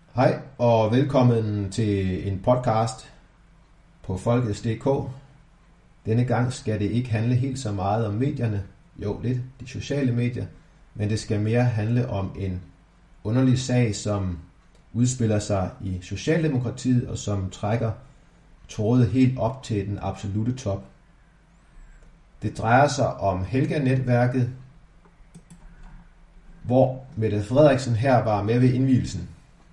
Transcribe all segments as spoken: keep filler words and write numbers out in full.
Hej og velkommen til en podcast på Folkets punktum d k. Denne gang skal det ikke handle helt så meget om medierne, jo lidt de sociale medier, men det skal mere handle om en underlig sag, som udspiller sig i Socialdemokratiet og som trækker trådet helt op til den absolute top. Det drejer sig om Helga-netværket, hvor Mette Frederiksen her var med ved indvielsen.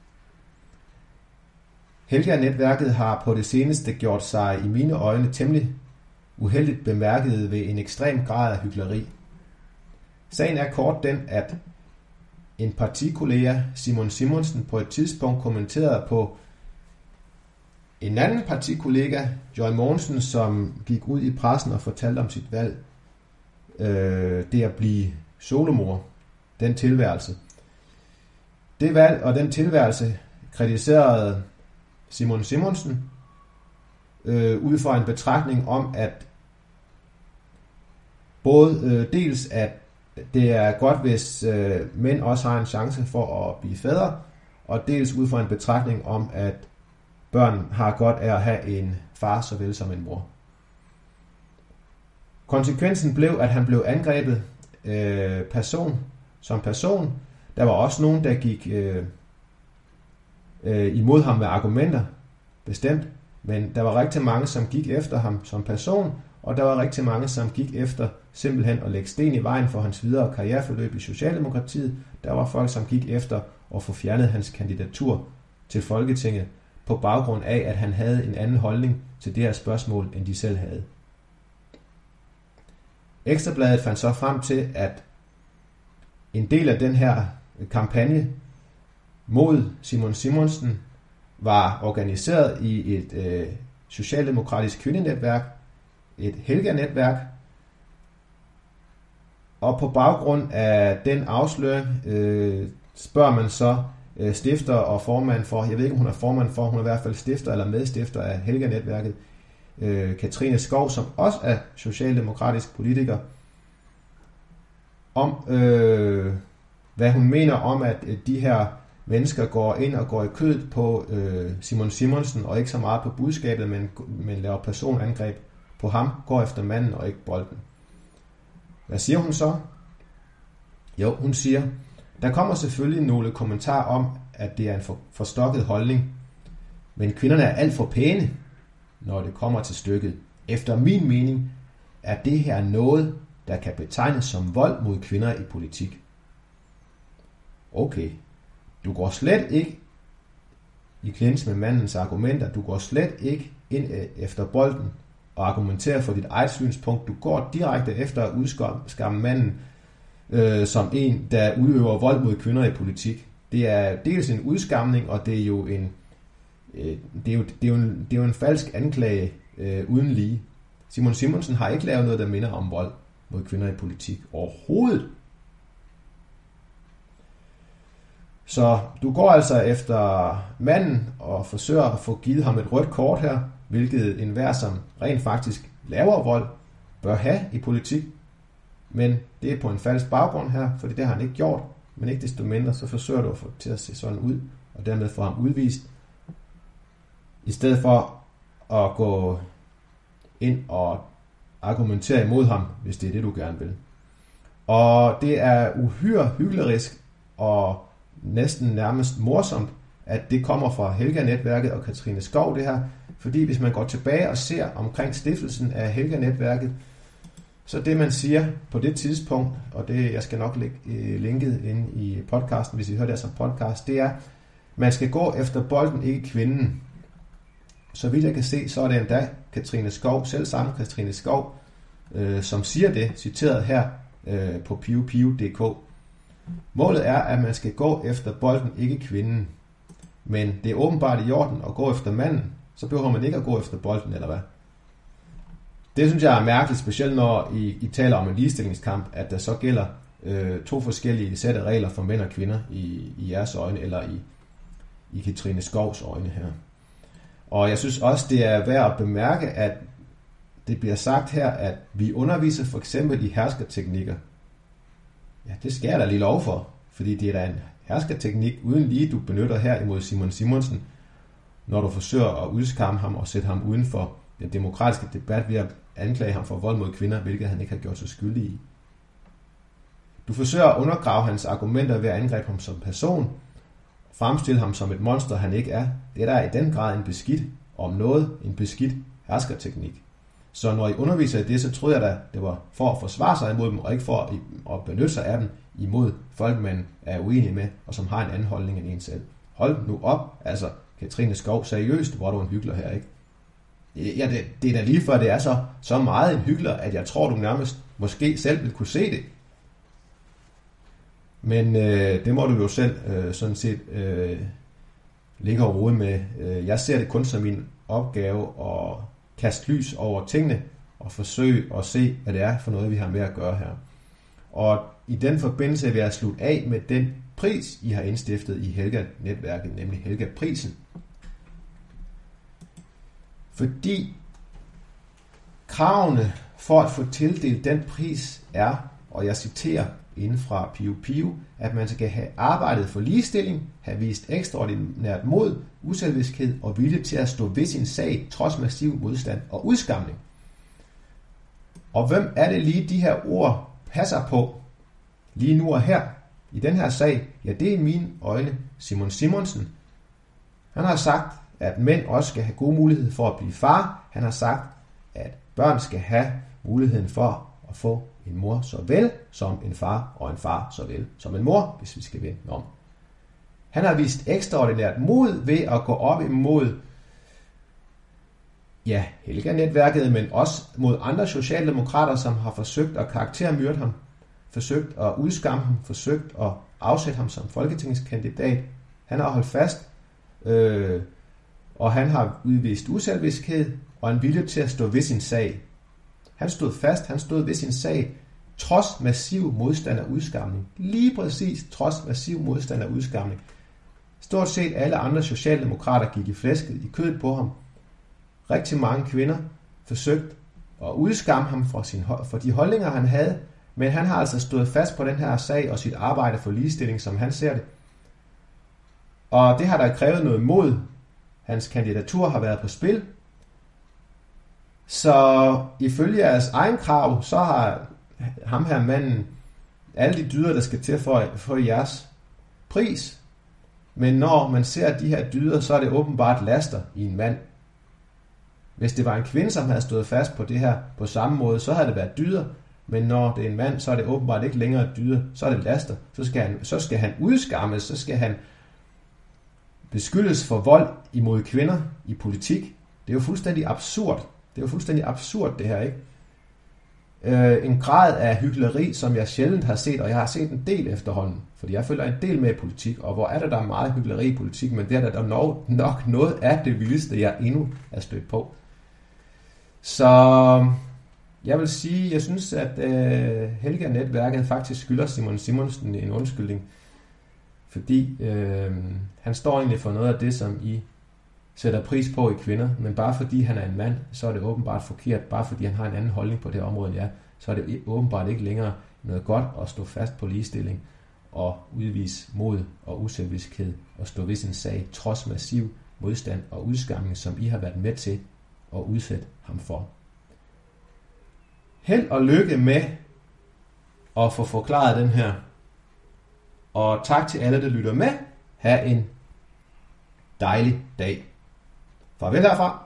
Helga-netværket har på det seneste gjort sig i mine øjne temmelig uheldigt bemærket ved en ekstrem grad af hykleri. Sagen er kort den, at en partikollega, Simon Simonsen, på et tidspunkt kommenterede på en anden partikollega, Joy Mogensen, som gik ud i pressen og fortalte om sit valg. Øh, det at blive solomor, den tilværelse. Det valg og den tilværelse kritiserede Simon Simonsen øh, ud fra en betragtning om, at både øh, dels at det er godt, hvis øh, mænd også har en chance for at blive fædre, og dels ud fra en betragtning om, at børn har godt af at have en far såvel som en mor. Konsekvensen blev, at han blev angrebet øh, person som person. Der var også nogen, der gik øh, øh, imod ham med argumenter, bestemt, men der var rigtig mange, som gik efter ham som person, og der var rigtig mange, som gik efter simpelthen at lægge sten i vejen for hans videre karriereforløb i Socialdemokratiet. Der var folk, som gik efter at få fjernet hans kandidatur til Folketinget på baggrund af, at han havde en anden holdning til det her spørgsmål, end de selv havde. Ekstrabladet fandt så frem til, at en del af den her kampagne mod Simon Simonsen var organiseret i et øh, socialdemokratisk kvindenetværk, et Helga-netværk, og på baggrund af den afsløring øh, spørger man så øh, stifter og formand for, jeg ved ikke om hun er formand for, hun er i hvert fald stifter eller medstifter af Helga-netværket, øh, Katrine Skov, som også er socialdemokratisk politiker, om øh, hvad hun mener om, at de her mennesker går ind og går i kødet på øh, Simon Simonsen, og ikke så meget på budskabet, men, men laver personangreb på ham, går efter manden og ikke bolden. Hvad siger hun så? Jo, hun siger, der kommer selvfølgelig nogle kommentarer om, at det er en for, forstokket holdning, men kvinderne er alt for pæne, når det kommer til stykket. Efter min mening er det her noget, der kan betegnes som vold mod kvinder i politik. Okay, du går slet ikke i clinch med mandens argumenter, du går slet ikke ind efter bolden og argumenterer for dit eget synspunkt. Du går direkte efter at udskamme manden øh, som en, der udøver vold mod kvinder i politik. Det er dels en udskamning, og det er jo en, øh, det er jo, det er jo en, det er jo en falsk anklage øh, uden lige. Simon Simonsen har ikke lavet noget, der minder om vold mod kvinder i politik overhovedet. Så du går altså efter manden og forsøger at få givet ham et rødt kort her, hvilket enhver, som rent faktisk laver vold, bør have i politik. Men det er på en falsk baggrund her, for det har han ikke gjort. Men ikke desto mindre, så forsøger du at få det til at se sådan ud, og dermed få ham udvist, i stedet for at gå ind og argumentere imod ham, hvis det er det, du gerne vil. Og det er uhyre hyklerisk og næsten nærmest morsomt, at det kommer fra Helga-netværket og Katrine Skov det her, fordi hvis man går tilbage og ser omkring stiftelsen af Helga-netværket, så det man siger på det tidspunkt, og det jeg skal nok lægge linket ind i podcasten, hvis I hører det som podcast, det er, man skal gå efter bolden, ikke kvinden. Så vidt jeg kan se, så er det endda Katrine Skov, selv samme Katrine Skov, øh, som siger det, citeret her øh, på piu piu punktum d k. Målet er, at man skal gå efter bolden, ikke kvinden. Men det er åbenbart i orden at gå efter manden, så behøver man ikke at gå efter bolden, eller hvad? Det synes jeg er mærkeligt, specielt når I, I taler om en ligestillingskamp, at der så gælder øh, to forskellige sæt af regler for mænd og kvinder i, i jeres øjne, eller i, i Katrine Skovs øjne her. Og jeg synes også, det er værd at bemærke, at det bliver sagt her, at vi underviser for eksempel i herskerteknikker. Ja, det skal jeg da lige lov for, fordi det er da en herskerteknik uden lige, du benytter her imod Simon Simonsen, når du forsøger at udskamme ham og sætte ham uden for den demokratiske debat ved at anklage ham for vold mod kvinder, hvilket han ikke har gjort sig skyldig i. Du forsøger at undergrave hans argumenter ved at angribe ham som person, fremstille ham som et monster, han ikke er. Det er der i den grad en beskidt, om noget en beskidt herskerteknik. Så når I underviser i det, så troede jeg da, det var for at forsvare sig imod dem, og ikke for at benytte sig af dem imod folk, man er uenig med, og som har en anden holdning end en selv. Hold nu op, altså Katrine Skov, seriøst, hvor du en hyggelig her, ikke? Ja, det, det er da lige før, det er så, så meget en hyggelig, at jeg tror, du nærmest måske selv vil kunne se det. Men øh, det må du jo selv øh, sådan set øh, ligge og rode med. Jeg ser det kun som min opgave at kaste lys over tingene og forsøge at se, hvad det er for noget, vi har med at gøre her. Og i den forbindelse vil jeg slutte af med den pris, I har indstiftet i Helga-netværket, nemlig Helga-prisen. Fordi kravene for at få tildelt den pris er, og jeg citerer inden fra Pio Pio, at man skal have arbejdet for ligestilling, have vist ekstraordinært mod, uselviskhed og vilje til at stå ved sin sag, trods massiv modstand og udskamning. Og hvem er det lige, de her ord passer på lige nu og her i den her sag? Ja, det er i mine øjne Simon Simonsen. Han har sagt, at mænd også skal have god mulighed for at blive far. Han har sagt, at børn skal have muligheden for at få en mor så vel som en far, og en far så vel som en mor, hvis vi skal vende om. Han har vist ekstraordinært mod ved at gå op imod ja, Helga-netværket, men også mod andre socialdemokrater, som har forsøgt at karaktermyrde ham, forsøgt at udskamme ham, forsøgt at afsætte ham som folketingskandidat. Han har holdt fast, øh, og han har udvist uselviskhed og en vilje til at stå ved sin sag. Han stod fast, han stod ved sin sag, trods massiv modstand og udskamning. Lige præcis trods massiv modstand og udskamning. Stort set alle andre socialdemokrater gik i flæsket, i kødet på ham. Rigtig mange kvinder forsøgte at udskamme ham for, sin, for de holdninger, han havde, men han har altså stået fast på den her sag og sit arbejde for ligestilling, som han ser det. Og det har der krævet noget mod. Hans kandidatur har været på spil. Så ifølge jeres egen krav, så har ham her manden alle de dyder, der skal til for, for jeres pris. Men når man ser de her dyder, så er det åbenbart laster i en mand. Hvis det var en kvinde, som havde stået fast på det her på samme måde, så havde det været dyder. Men når det er en mand, så er det åbenbart ikke længere dyder, så er det laster. Så skal han, så skal han udskammes, så skal han beskyldes for vold imod kvinder i politik. Det er jo fuldstændig absurd. Det er jo fuldstændig absurd, det her, ikke? Øh, en grad af hykleri, som jeg sjældent har set, og jeg har set en del efterhånden, fordi jeg følger en del med i politik, og hvor er det, der er meget hykleri i politik, men det er der nok, nok noget af det vildeste, jeg endnu er stødt på. Så jeg vil sige, jeg synes, at øh, Helga-netværket faktisk skylder Simon Simonsen en undskyldning, fordi øh, han står egentlig for noget af det, som I sætter pris på i kvinder, men bare fordi han er en mand, så er det åbenbart forkert. Bare fordi han har en anden holdning på det område, ja, så er det åbenbart ikke længere noget godt at stå fast på ligestilling og udvise mod og uselviskhed og stå ved sin sag, trods massiv modstand og udskamning, som I har været med til at udsætte ham for. Held og lykke med at få forklaret den her. Og tak til alle, der lytter med. Ha' en dejlig dag. Farvel herfra.